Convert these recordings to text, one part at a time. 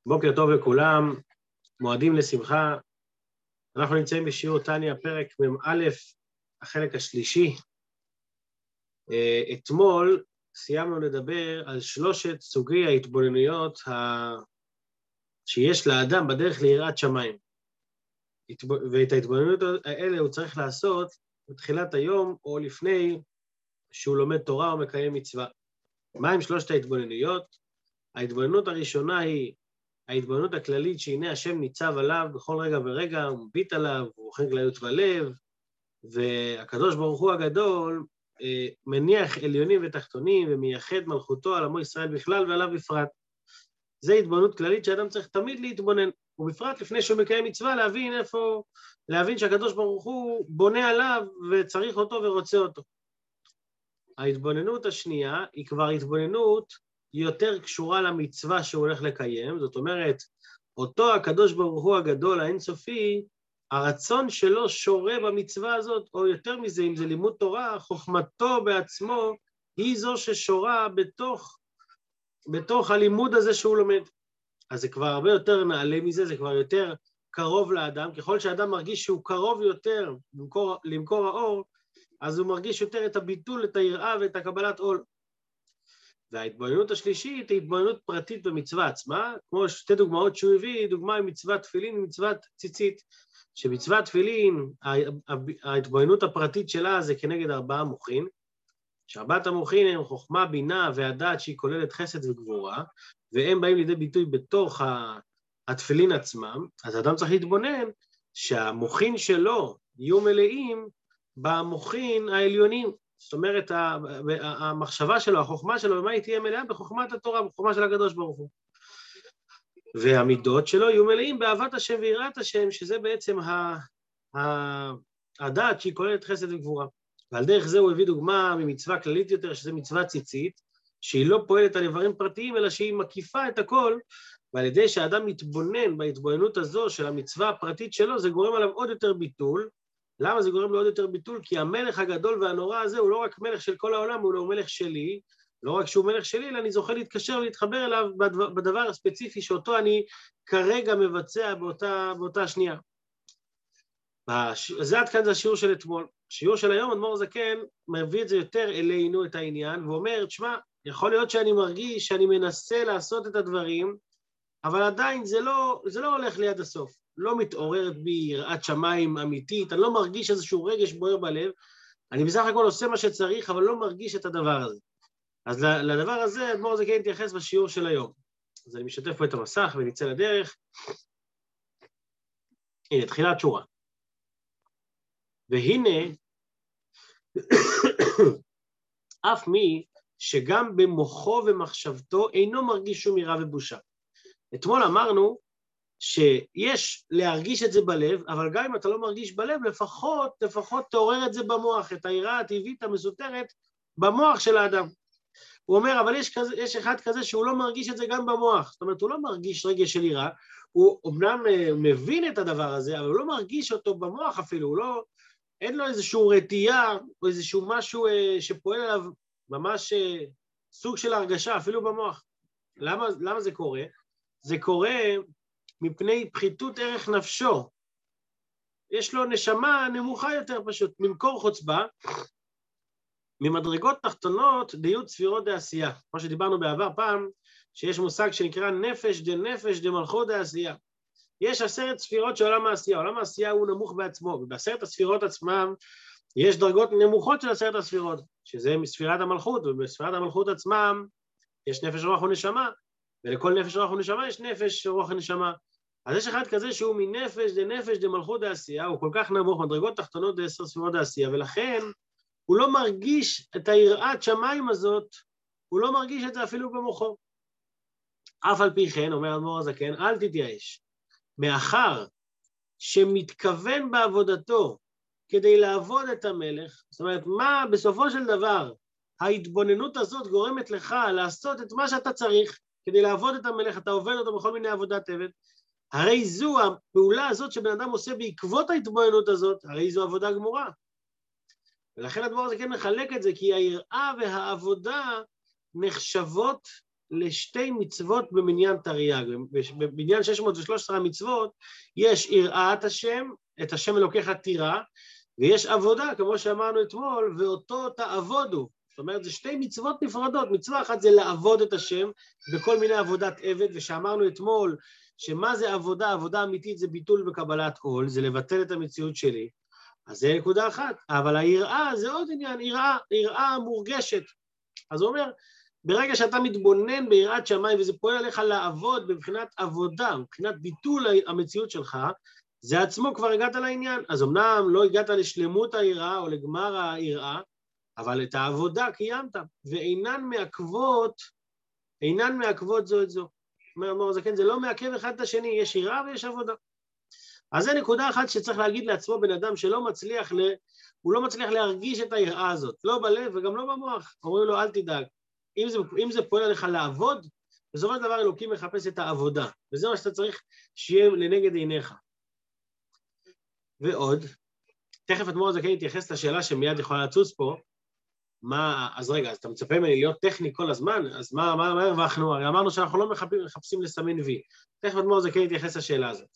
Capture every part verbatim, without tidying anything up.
בוקר טוב לכולם, מועדים לשמחה. אנחנו נמצאים בשיעור תניא, פרק מ"א, החלק השלישי. אתמול סיימנו לדבר על שלושת סוגי ההתבוננויות ה... שיש לאדם בדרך ליראת שמיים. ואת ההתבוננויות האלה הוא צריך לעשות בתחילת היום או לפני שהוא לומד תורה או מקיים מצווה. מה עם שלושת ההתבוננויות? ההתבוננות הראשונה היא ההתבוננות הכללית שהנה השם ניצב עליו בכל רגע ורגע, הוא מביט עליו, הוא אוכל כליות בלב, והקדוש ברוך הוא הגדול אה, מניח עליונים ותחתונים ומייחד מלכותו על עמו ישראל בכלל ועליו בפרט. זו התבוננות כללית שאדם צריך תמיד להתבונן, ובפרט לפני שהוא מקיים מצווה להבין איפה, להבין שהקדוש ברוך הוא בונה עליו וצריך אותו ורוצה אותו. ההתבוננות השנייה היא כבר התבוננות יותר קשורה למצווה שהוא הולך לקיים, זאת אומרת, אותו הקדוש ברוך הוא הגדול, האינסופי, הרצון שלו שורה במצווה הזאת, או יותר מזה, אם זה לימוד תורה, חוכמתו בעצמו, היא זו ששורה בתוך, בתוך הלימוד הזה שהוא לומד. אז זה כבר הרבה יותר נעלה מזה, זה כבר יותר קרוב לאדם, ככל שהאדם מרגיש שהוא קרוב יותר למקור, למקור האור, אז הוא מרגיש יותר את הביטול, את היראה ואת הקבלת עול. וההתבוננות השלישית היא התבוננות פרטית במצווה עצמה, כמו שתי דוגמאות שהוא הביא, דוגמה עם מצוות תפילין ומצוות ציצית, שמצוות תפילין, ההתבוננות הפרטית שלה זה כנגד ארבעה מוחין, שארבעת המוחין הם חוכמה, בינה והדעת שהיא כוללת חסד וגבורה, והם באים לידי ביטוי בתוך התפילין עצמם, אז האדם צריך להתבונן שהמוחין שלו יהיו מלאים במוחין העליונים, זאת אומרת, המחשבה שלו, החוכמה שלו, במה היא תהיה מלאה? בחוכמת התורה, בחוכמה של הקדוש ברוך הוא. והמידות שלו יהיו מלאים באהבת השם ויראת השם, שזה בעצם הדעת שהיא כוללת חסד וגבורה. ועל דרך זה הוא הביא דוגמה ממצווה כללית יותר, שזה מצווה ציצית, שהיא לא פועלת על איברים פרטיים, אלא שהיא מקיפה את הכל, ועל ידי שהאדם מתבונן בהתבוננות הזו של המצווה הפרטית שלו, זה גורם עליו עוד יותר ביטול. למה זה גורם לו עוד יותר ביטול? כי המלך הגדול והנורא הזה הוא לא רק מלך של כל העולם, הוא לא מלך שלי, לא רק שהוא מלך שלי, אלא אני זוכה להתקשר ולהתחבר אליו בדבר הספציפי שאותו אני כרגע מבצע באותה, באותה שנייה. זה עד כאן זה השיעור של אתמול. השיעור של היום, אדמו"ר הזקן, מביא את זה יותר אלינו את העניין, ואומר, תשמע, יכול להיות שאני מרגיש שאני מנסה לעשות את הדברים, אבל עדיין זה לא, זה לא הולך ליד הסוף. לא מתעוררת בי יראת שמיים אמיתית, אני לא מרגיש איזשהו רגש בוער בלב, אני בסך הכל עושה מה שצריך, אבל לא מרגיש את הדבר הזה. אז לדבר הזה, אדמו"ר הזקן יתייחס בשיעור של היום. אז אני משתף פה את המסך ונצא לדרך. הנה, תחילת שורה. והנה, אף מי שגם במוחו ומחשבתו אינו מרגיש שום יראה ובושה. אתמול אמרנו, שיש להרגיש את זה בלב, אבל גם אם אתה לא מרגיש בלב, לפחות, לפחות תעורר את זה במוח, את היראה הטבעית המסותרת במוח של האדם. הוא אומר, אבל יש, כזה, יש אחד כזה שהוא לא מרגיש את זה גם במוח, זאת אומרת, הוא לא מרגיש רגש של יראה, הוא אמנם מבין את הדבר הזה, אבל הוא לא מרגיש אותו במוח אפילו, הוא לא, אין לו איזשהו רתיעה, או איזשהו משהו שפועל עליו ממש סוג של הרגשה, אפילו במוח. למה, למה זה קורה? זה קורה מפני פחיתות ערך נפשו. יש לו נשמה נמוכה יותר פשוט, ממקור חוצבה, ממדרגות תחתונות דיות ספירות דעשייה. כמו שדיברנו בעבר פעם, שיש מושג שנקרא נפש דנפש דמלכות דעשייה. יש עשרת ספירות של עולם העשייה, עולם העשייה הוא נמוך בעצמו, ובעשרת הספירות עצמם יש דרגות נמוכות של עשרת הספירות, שזה מספירת המלכות, ובספירת המלכות עצמם יש נפש רוח ונשמה, ולכל נפש רוח ונשמה יש נפש רוח ונשמה. אז יש אחד כזה שהוא מנפש דנפש דמלכות דעשייה, הוא כל כך נמוך, מדרגות תחתונות דעשר ספירות דעשייה, ולכן הוא לא מרגיש את היראת שמיים הזאת, הוא לא מרגיש את זה אפילו במוחו. אף על פי כן, אומר אדמו"ר הזקן, אל תתייאש. מאחר שמתכוון בעבודתו כדי לעבוד את המלך, זאת אומרת, מה בסופו של דבר ההתבוננות הזאת גורמת לך לעשות את מה שאתה צריך כדי לעבוד את המלך, אתה עובד אותו בכל מיני עבודת עבד, הרי זו הפעולה הזאת שבן אדם עושה בעקבות ההתבוננות הזאת, הרי זו עבודה גמורה. ולכן הדבר הזה כן מחלק את זה, כי היראה והעבודה נחשבות לשתי מצוות במניין תרי"ג. במניין שש מאות ושלוש עשרה מצוות יש יראת השם, את השם אלוקיך תירא, ויש עבודה, כמו שאמרנו אתמול, ואותו תעבודו. זאת אומרת, זה שתי מצוות נפרדות. מצווה אחת זה לעבוד את השם בכל מיני עבודת עבד, ושאמרנו אתמול שמה זה עבודה, עבודה אמיתית זה ביטול וקבלת עול, זה לבטל את המציאות שלי. אז זה נקודה אחת. אבל היראה זה עוד עניין, יראה, יראה מורגשת. אז הוא אומר, ברגע שאתה מתבונן ביראת שמיים, וזה פועל עליך לעבוד מבחינת עבודה, מבחינת ביטול המציאות שלך, זה עצמו כבר הגעת לעניין. אז אמנם לא הגעת לשלמות היראה או לגמר היראה, אבל את העבודה קיימת, ואינן מעכבות, אינן מעכבות זו את זו. אומר, אומר, זה כן, זה לא מעכב אחד את השני, יש יראה ויש עבודה. אז זה נקודה אחת שצריך להגיד לעצמו בן אדם שלא מצליח, ל... הוא לא מצליח להרגיש את היראה הזאת, לא בלב וגם לא במוח. אומרים לו, אל תדאג. אם זה, אם זה פועל עליך לעבוד, בסופו של דבר אלוקים מחפש את העבודה, וזה מה שאתה צריך שיהיה לנגד עיניך. ועוד, תכף אתמול זה כן יתייחס לשאלה שמיד יכולה לצוץ פה, מה, אז רגע, אז אתה מצפה ממני להיות טכני כל הזמן, אז מה, מה, מה הרווחנו? הרי אמרנו שאנחנו לא מחפשים, מחפשים לסמן וי. תכף אתמול זה כן יתייחס לשאלה הזאת.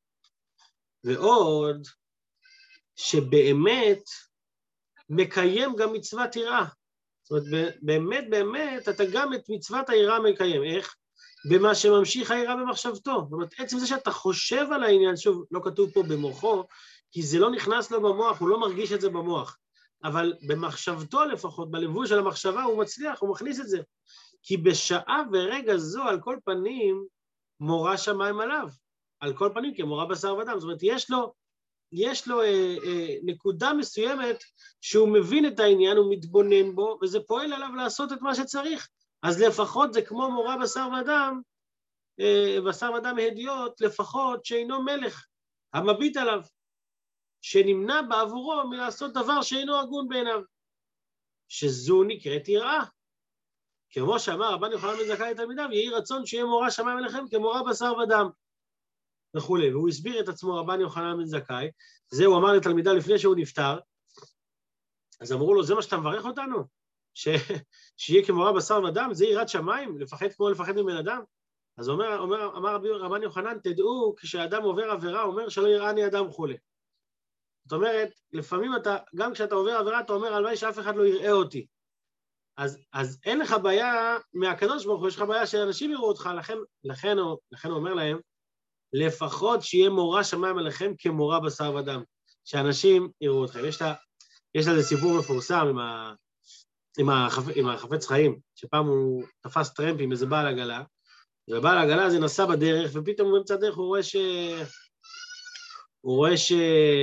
ועוד, שבאמת מקיים גם מצוות יראה. זאת אומרת, באמת, באמת, אתה גם את מצוות היראה מקיים. איך? במה שממשיך היראה במחשבתו. זאת אומרת, עצם זה שאתה חושב על העניין, שוב, לא כתוב פה במוחו, כי זה לא נכנס לו במוח, הוא לא מרגיש את זה במוח. אבל במחשבתו לפחות, בלבוש של המחשבה, הוא מצליח, הוא מכניס את זה. כי בשעה ורגע זו, על כל פנים, מורה שמיים עליו. על כל פנים, כמורה בשר ודם. זאת אומרת, יש לו, יש לו אה, אה, נקודה מסוימת שהוא מבין את העניין, הוא מתבונן בו, וזה פועל עליו לעשות את מה שצריך. אז לפחות זה כמו מורה בשר ודם, אה, בשר ודם הדיוט, לפחות שאינו מלך, המביט עליו, שנמנע בעבורו מלעשות דבר שאינו הגון בעיניו, שזו נקראת יראה. כמו שאמר רבן יוחנן בן זכאי לתלמידיו, יהי רצון שיהיה מורה שמיים עליכם כמורה בשר ודם. וכו'. והוא הסביר את עצמו רבן יוחנן בן זכאי, זה הוא אמר לתלמידיו לפני שהוא נפטר, אז אמרו לו, זה מה שאתה מברך אותנו? ש... שיהיה כמורה בשר ודם, זה יראת שמיים, לפחד כמו לפחד מבן אדם? אז אומר, אומר, אמר רבן יוחנן, תדעו, כשאדם עובר עבירה, אומר שלא יראני אדם חולה. זאת אומרת, לפעמים אתה, גם כשאתה עובר עבירה, אתה אומר, הלוואי שאף אחד לא יראה אותי. אז, אז אין לך בעיה מהקדוש ברוך הוא, יש לך בעיה שאנשים יראו אותך, לכן, לכן, לכן הוא אומר להם, לפחות שיהיה מורה שמיים עליכם כמורה בשר ודם, שאנשים יראו אתכם. יש, לה, יש לזה סיפור מפורסם עם, ה, עם, החפ, עם החפץ חיים, שפעם הוא תפס טרמפ עם איזה בעל עגלה, ובעל העגלה הזה נסע בדרך, ופתאום באמצע הדרך הוא רואה ש... הוא רואה ש...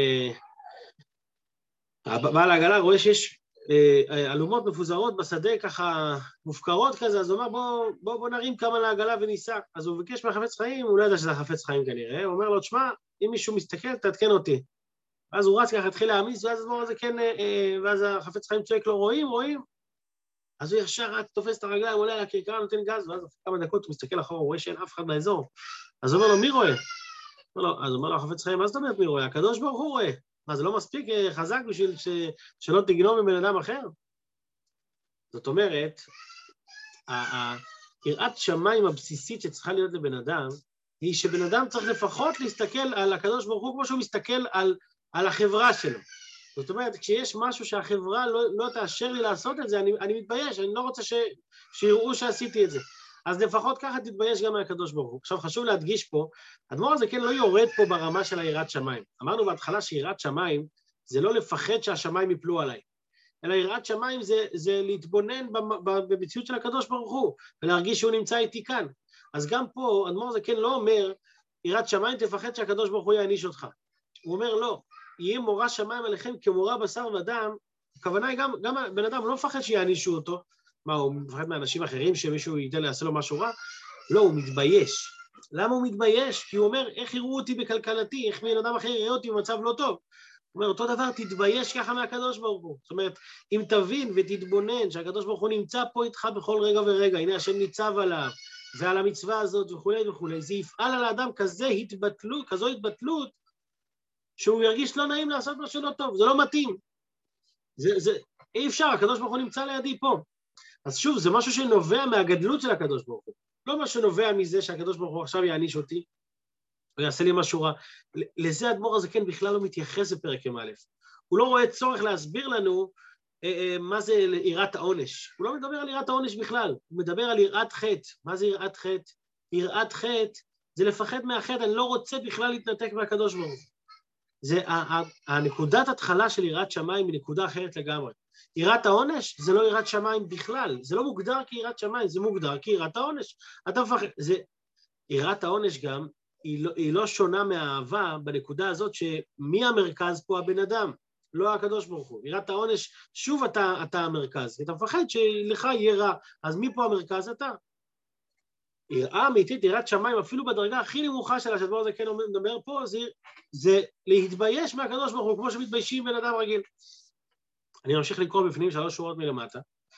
בעל העגלה רואה שיש אלומות מפוזרות בשדה ככה מופקרות כזה, אז הוא אומר בוא, בוא, בוא נרים כמה לעגלה וניסע. אז הוא ביקש מהחפץ חיים, הוא לא ידע שזה החפץ חיים כנראה, הוא אומר לו, תשמע, אם מישהו מסתכל, תעדכן אותי. ואז הוא רץ ככה, התחיל להעמיס, ואז הוא זה כן, ואז החפץ חיים צועק לו, רואים, רואים. אז הוא ישר רץ, תופס את הרגליים, עולה על הכרכרה, נותן גז, ואז כמה דקות הוא מסתכל אחורה, הוא רואה שאין אף אחד באזור. אז הוא אומר לו, מי רואה? אז הוא אומר לו, החפץ חיים, מה זאת אומרת מי רואה? הקדוש ברוך הוא רואה. מה, זה לא מספיק חזק בשביל ש... שלא תגנוב מבן אדם אחר? זאת אומרת, יראת שמיים הבסיסית שצריכה להיות לבן אדם, היא שבן אדם צריך לפחות להסתכל על הקדוש ברוך הוא כמו שהוא מסתכל על, על החברה שלו. זאת אומרת, כשיש משהו שהחברה לא, לא תאשר לי לעשות את זה, אני, אני מתבייש, אני לא רוצה ש... שיראו שעשיתי את זה. אז לפחות ככה תתבייש גם מהקדוש ברוך הוא. עכשיו חשוב להדגיש פה, הדבר הזה כן לא יורד פה ברמה של היראת שמיים. אמרנו בהתחלה שיראת שמיים זה לא לפחד שהשמיים יפלו עליי, אלא יראת שמיים זה, זה להתבונן במציאות של הקדוש ברוך הוא, ולהרגיש שהוא נמצא איתי כאן. אז גם פה, הדבר הזה כן לא אומר, יראת שמיים תפחד שהקדוש ברוך הוא יעניש אותך. הוא אומר לא, יהיה מורה שמיים עליכם כמורה בשר ודם, הכוונה היא גם, גם בן אדם לא מפחד שיענישו אותו, מה, הוא מפחד מאנשים אחרים שמישהו ייתן לעשה לו משהו רע? לא, הוא מתבייש. למה הוא מתבייש? כי הוא אומר, איך יראו אותי בכלכלתי, איך בן אדם אחר יראה אותי במצב לא טוב? הוא אומר, אותו דבר, תתבייש ככה מהקדוש ברוך הוא. זאת אומרת, אם תבין ותתבונן שהקדוש ברוך הוא נמצא פה איתך בכל רגע ורגע, הנה השם ניצב עליו, ועל המצווה הזאת וכו' וכו', זה יפעל על האדם כזה התבטלות, כזו התבטלות, שהוא ירגיש לא נעים לעשות משהו לא טוב, זה לא מתאים. זה, זה, אי אפשר, הקדוש ברוך הוא נמצא לידי פה. אז שוב, זה משהו שנובע מהגדלות של הקדוש ברוך הוא. לא מה שנובע מזה שהקדוש ברוך הוא עכשיו יעניש אותי, הוא יעשה לי משהו רע. לזה האדמו"ר הזה כן בכלל לא מתייחס בפרק י"א. הוא לא רואה צורך להסביר לנו אה, אה, מה זה יראת העונש. הוא לא מדבר על יראת העונש בכלל, הוא מדבר על יראת חטא. מה זה יראת חטא? יראת חטא זה לפחד מהחטא, אני לא רוצה בכלל להתנתק מהקדוש ברוך הוא. זה הנקודת התחלה של יראת שמיים היא נקודה אחרת לגמרי. יראת העונש זה לא יראת שמיים בכלל, זה לא מוגדר כיראת שמיים, זה מוגדר כיראת העונש. אתה מפחד, זה, יראת העונש גם, היא לא, היא לא שונה מהאהבה בנקודה הזאת שמי המרכז פה הבן אדם, לא הקדוש ברוך הוא. יראת העונש, שוב אתה, אתה המרכז, אתה מפחד שלך יהיה רע, אז מי פה המרכז אתה? יראה אמיתית, יראת שמיים, אפילו בדרגה הכי נמוכה שלה, שהדבר הזה כן מדבר פה, זה, זה להתבייש מהקדוש ברוך הוא, כמו שמתביישים בן אדם רגיל. אני ממשיך לקרוא בפנים שלוש שורות מלמטה.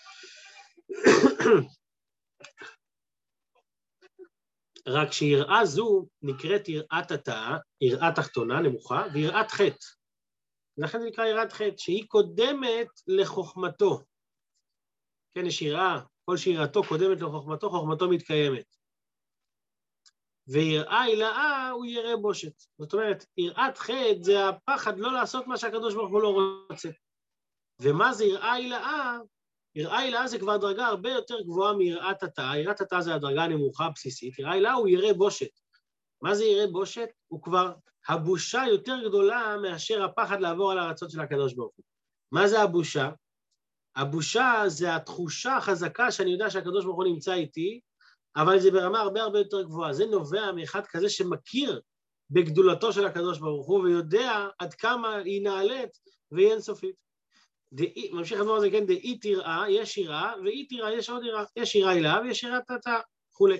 רק שיראה זו נקראת יראת התאה, יראה תחתונה נמוכה, ויראת חטא. לכן זה נקרא יראת חטא, שהיא קודמת לחוכמתו. כן, יש יראה, כל שיראתו קודמת לחוכמתו, חוכמתו מתקיימת. ויראה הילאה הוא ירא בושת. זאת אומרת, יראת חטא זה הפחד לא לעשות מה שהקדוש ברוך הוא לא רוצה. ומה זה יראה הילאה? יראה הילאה זה כבר דרגה הרבה יותר גבוהה מיראת התאה. יראת התאה זה הדרגה הנמוכה הבסיסית. יראה הילאה הוא ירא בושת. מה זה ירא בושת? הוא כבר הבושה יותר גדולה מאשר הפחד לעבור על הרצון של הקדוש ברוך הוא. מה זה הבושה? הבושה זה התחושה החזקה שאני יודע שהקדוש ברוך הוא נמצא איתי, אבל זה ברמה הרבה הרבה יותר גבוהה. זה נובע מאחד כזה שמכיר בגדולתו של הקדוש ברוך הוא, ויודע עד כמה היא נעלית והיא אינסופית. דאי, ממשיך הדבר הזה, כן, דאי תראה, יש יראה, ואי תראה, יש עוד יראה. יש יראה הילאה ויש יראת התאה, וכולי.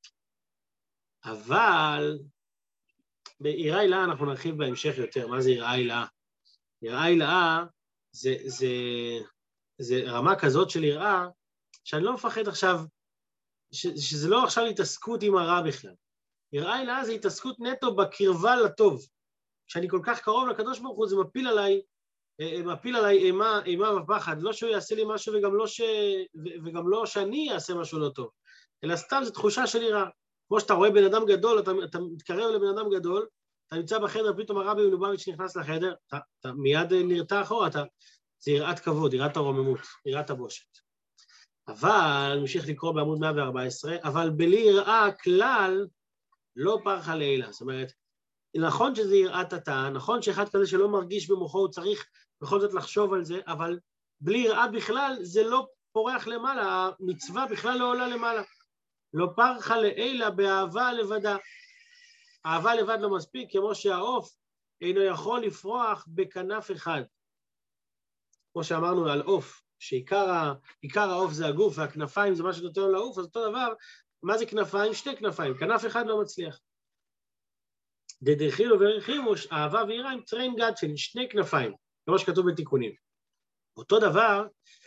אבל ביראה הילאה אנחנו נרחיב בהמשך יותר. מה זה יראה הילאה? יראה הילאה זה, זה, זה רמה כזאת של יראה, שאני לא מפחד עכשיו, ש, שזה לא עכשיו התעסקות עם הרע בכלל. יראה הילאה זה התעסקות נטו בקרבה לטוב. כשאני כל כך קרוב לקדוש ברוך הוא, זה מפיל עליי, מפיל עליי אימה, אימה ופחד, לא שהוא יעשה לי משהו וגם לא, ש... וגם לא שאני אעשה משהו לא טוב, אלא סתם זו תחושה של יראה. כמו שאתה רואה בן אדם גדול, אתה, אתה מתקרב לבן אדם גדול, אתה נמצא בחדר, פתאום הרבי מלובביץ' נכנס לחדר, אתה, אתה מיד נרתע אחורה, אתה, זה יראת כבוד, יראת הרוממות, יראת הבושת. אבל, נמשיך לקרוא בעמוד מאה וארבע עשרה, אבל בלי יראה כלל, לא פרחה לילה. זאת אומרת, נכון שזה יראת התאה, נכון שאחד כזה שלא מרגיש במוחו, הוא צריך בכל זאת לחשוב על זה, אבל בלי יראה בכלל, זה לא פורח למעלה, המצווה בכלל לא עולה למעלה. לא פרחה לילה באהבה לבדה. אהבה לבד לא מספיק, כמו שהעוף אינו יכול לפרוח בכנף אחד. כמו שאמרנו על עוף, שעיקר העוף זה הגוף, והכנפיים זה מה שנותן לו לעוף, אז אותו דבר, מה זה כנפיים? שתי כנפיים, כנף אחד לא מצליח. דדחילו ורחימו, אהבה ויראה עם טרין גד של שני כנפיים, כמו שכתוב בתיקונים. אותו דבר,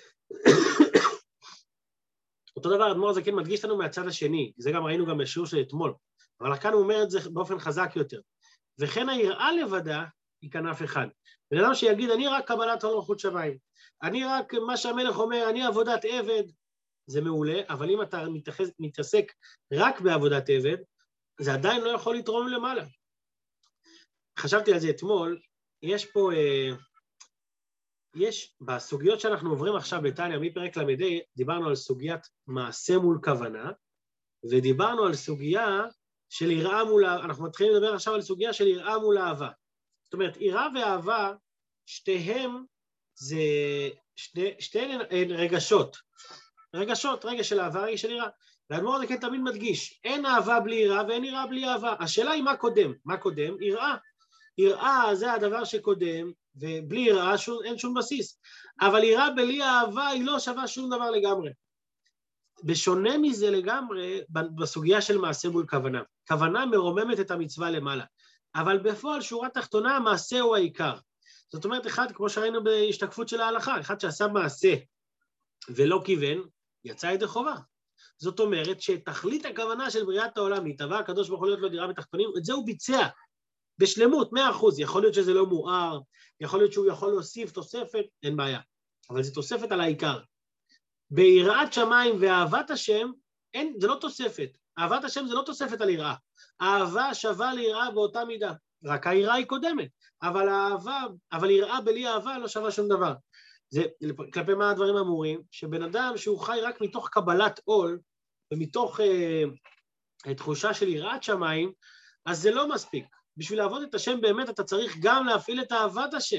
אותו דבר, האדמו"ר הזה כן מדגיש לנו מהצד השני, זה גם ראינו גם בשיעור של אתמול, אבל כאן הוא אומר את זה באופן חזק יותר. וכן היראה לבדה היא כנף אחד. בן אדם שיגיד, אני רק קבלת עול מלכות שמיים, אני רק מה שהמלך אומר, אני עבודת עבד, זה מעולה, אבל אם אתה מתייחס, מתעסק רק בעבודת עבד, זה עדיין לא יכול לתרום למעלה. חשבתי על זה אתמול, יש פה, אה, יש, בסוגיות שאנחנו עוברים עכשיו בתניא, מפרק למדי, דיברנו על סוגיית מעשה מול כוונה, ודיברנו על סוגיה של יראה מול, אנחנו מתחילים לדבר עכשיו על סוגיה של יראה מול אהבה. זאת אומרת, יראה ואהבה, שתיהם זה, שתי, שתיהן רגשות. רגשות, רגש של אהבה, רגש של יראה. והאדמו"ר הזה כן תמיד מדגיש, אין אהבה בלי יראה ואין יראה בלי אהבה. השאלה היא מה קודם? מה קודם? יראה. יראה זה הדבר שקודם, ובלי יראה שום, אין שום בסיס. אבל יראה בלי אהבה היא לא שווה שום דבר לגמרי. בשונה מזה לגמרי, בסוגיה של מעשה מול כוונה. כוונה מרוממת את המצווה למעלה. אבל בפועל שורה תחתונה, המעשה הוא העיקר. זאת אומרת, אחד, כמו שראינו בהשתקפות של ההלכה, אחד שעשה מעשה ולא כיוון, יצא ידי חובה. זאת אומרת שתכלית הכוונה של בריאת העולם, להתאווה הקדוש ברוך הוא להיות לו דירה בתחתונים, את זה הוא ביצע בשלמות, מאה אחוז. יכול להיות שזה לא מואר, יכול להיות שהוא יכול להוסיף תוספת, אין בעיה. אבל זה תוספת על העיקר. ביראת שמיים ואהבת השם, אין, זה לא תוספת. אהבת השם זה לא תוספת על יראה. אהבה שווה ליראה באותה מידה. רק היראה היא קודמת. אבל האהבה, אבל יראה בלי אהבה לא שווה שום דבר. זה, כלפי מה הדברים אמורים? שבן אדם שהוא חי רק מתוך קבלת עול, ומתוך אה, תחושה של יראת שמיים, אז זה לא מספיק. בשביל לעבוד את השם באמת אתה צריך גם להפעיל את אהבת השם.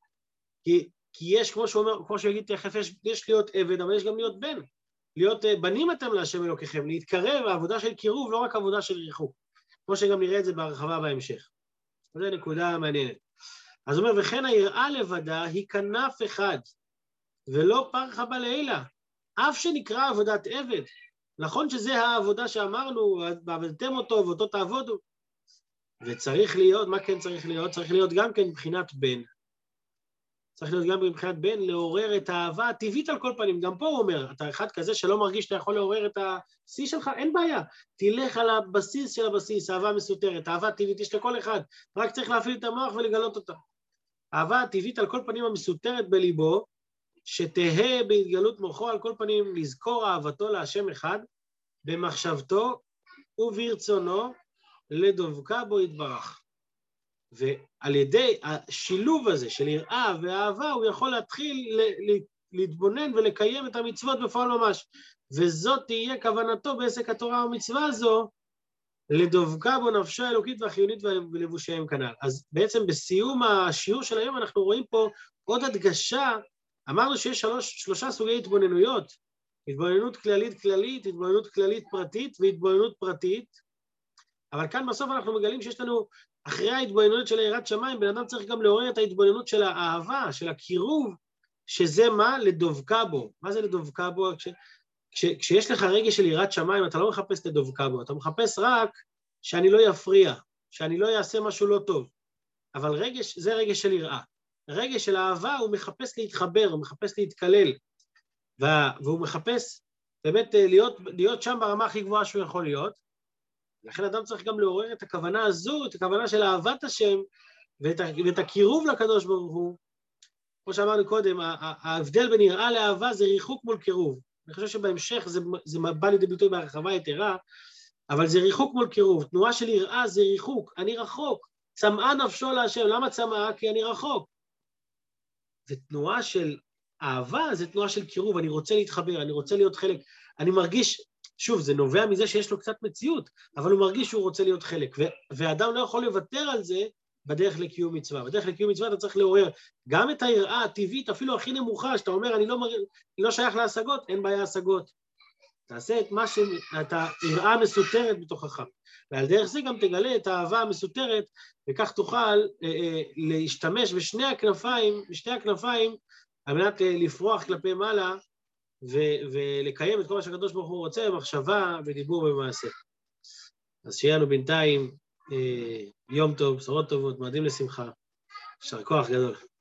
כי, כי יש, כמו שאומר, כמו שיגיד תכף, יש, יש להיות עבד, אבל יש גם להיות בן. להיות uh, בנים אתם להשם אלוקיכם, להתקרב, העבודה של קירוב, לא רק עבודה של ריחוק. כמו שגם נראה את זה בהרחבה בהמשך. זו נקודה מעניינת. אז הוא אומר, וכן היראה לבדה היא כנף אחד, ולא פרחה בלילה, אף שנקרא עבודת עבד. נכון שזה העבודה שאמרנו, ועבדתם אותו ואותו תעבודו. וצריך להיות, מה כן צריך להיות? צריך להיות גם כן מבחינת בן. צריך להיות גם מבחינת בן, לעורר את האהבה הטבעית על כל פנים. גם פה הוא אומר, אתה אחד כזה שלא מרגיש שאתה יכול לעורר את השיא שלך, אין בעיה. תלך על הבסיס של הבסיס, אהבה מסותרת, אהבה טבעית יש לכל אחד, רק צריך להפעיל את המוח ולגלות אותה. אהבה הטבעית על כל פנים המסותרת בליבו, שתהה בהתגלות מוחו על כל פנים לזכור אהבתו להשם אחד, במחשבתו וברצונו, לדבקה בו יתברך. ועל ידי השילוב הזה של יראה ואהבה, הוא יכול להתחיל להתבונן ולקיים את המצוות בפועל ממש. וזאת תהיה כוונתו בעסק התורה ומצווה הזו, לדבקה בו נפשו האלוקית והחיונית ולבושיהם כנ"ל. אז בעצם בסיום השיעור של היום אנחנו רואים פה עוד הדגשה, אמרנו שיש שלוש, שלושה סוגי התבוננויות, התבוננות כללית כללית, התבוננות כללית פרטית והתבוננות פרטית, אבל כאן בסוף אנחנו מגלים שיש לנו, אחרי ההתבוננות של יראת שמיים, בן אדם צריך גם לעורר את ההתבוננות של האהבה, של הקירוב, שזה מה? לדבקה בו. מה זה לדבקה בו? כש, כש, כשיש לך רגש של יראת שמיים, אתה לא מחפש לדבקה בו, אתה מחפש רק שאני לא יפריע, שאני לא אעשה משהו לא טוב. אבל רגש, זה רגש של יראה. רגש של אהבה הוא מחפש להתחבר, הוא מחפש להתקלל, והוא מחפש באמת להיות, להיות שם ברמה הכי גבוהה שהוא יכול להיות, לכן אדם צריך גם לעורר את הכוונה הזו, את הכוונה של אהבת השם, ואת, ואת הקירוב לקדוש ברוך הוא. כמו שאמרנו קודם, ההבדל בין יראה לאהבה זה ריחוק מול קירוב. אני חושב שבהמשך זה, זה בא לידי ביטוי בהרחבה יתרה, אבל זה ריחוק מול קירוב. תנועה של יראה זה ריחוק, אני רחוק. צמאה נפשו להשם, למה צמאה? כי אני רחוק. ותנועה של אהבה זה תנועה של קירוב, אני רוצה להתחבר, אני רוצה להיות חלק, אני מרגיש, שוב, זה נובע מזה שיש לו קצת מציאות, אבל הוא מרגיש שהוא רוצה להיות חלק, ואדם לא יכול לוותר על זה בדרך לקיום מצווה. בדרך לקיום מצווה אתה צריך לעורר גם את היראה הטבעית, אפילו הכי נמוכה, שאתה אומר, אני לא, מר... לא שייך להשגות, אין בעיה השגות. תעשה את מה ש... את היראה המסותרת בתוכך, ועל דרך זה גם תגלה את האהבה המסותרת, וכך תוכל אה, אה, להשתמש בשני הכנפיים, בשני הכנפיים, על מנת אה, לפרוח כלפי מעלה, ו- ולקיים את כל מה שהקדוש ברוך הוא רוצה, במחשבה ודיבור ובמעשה. אז שיהיה לנו בינתיים אה, יום טוב, בשורות טובות, מועדים לשמחה, יישר כוח גדול.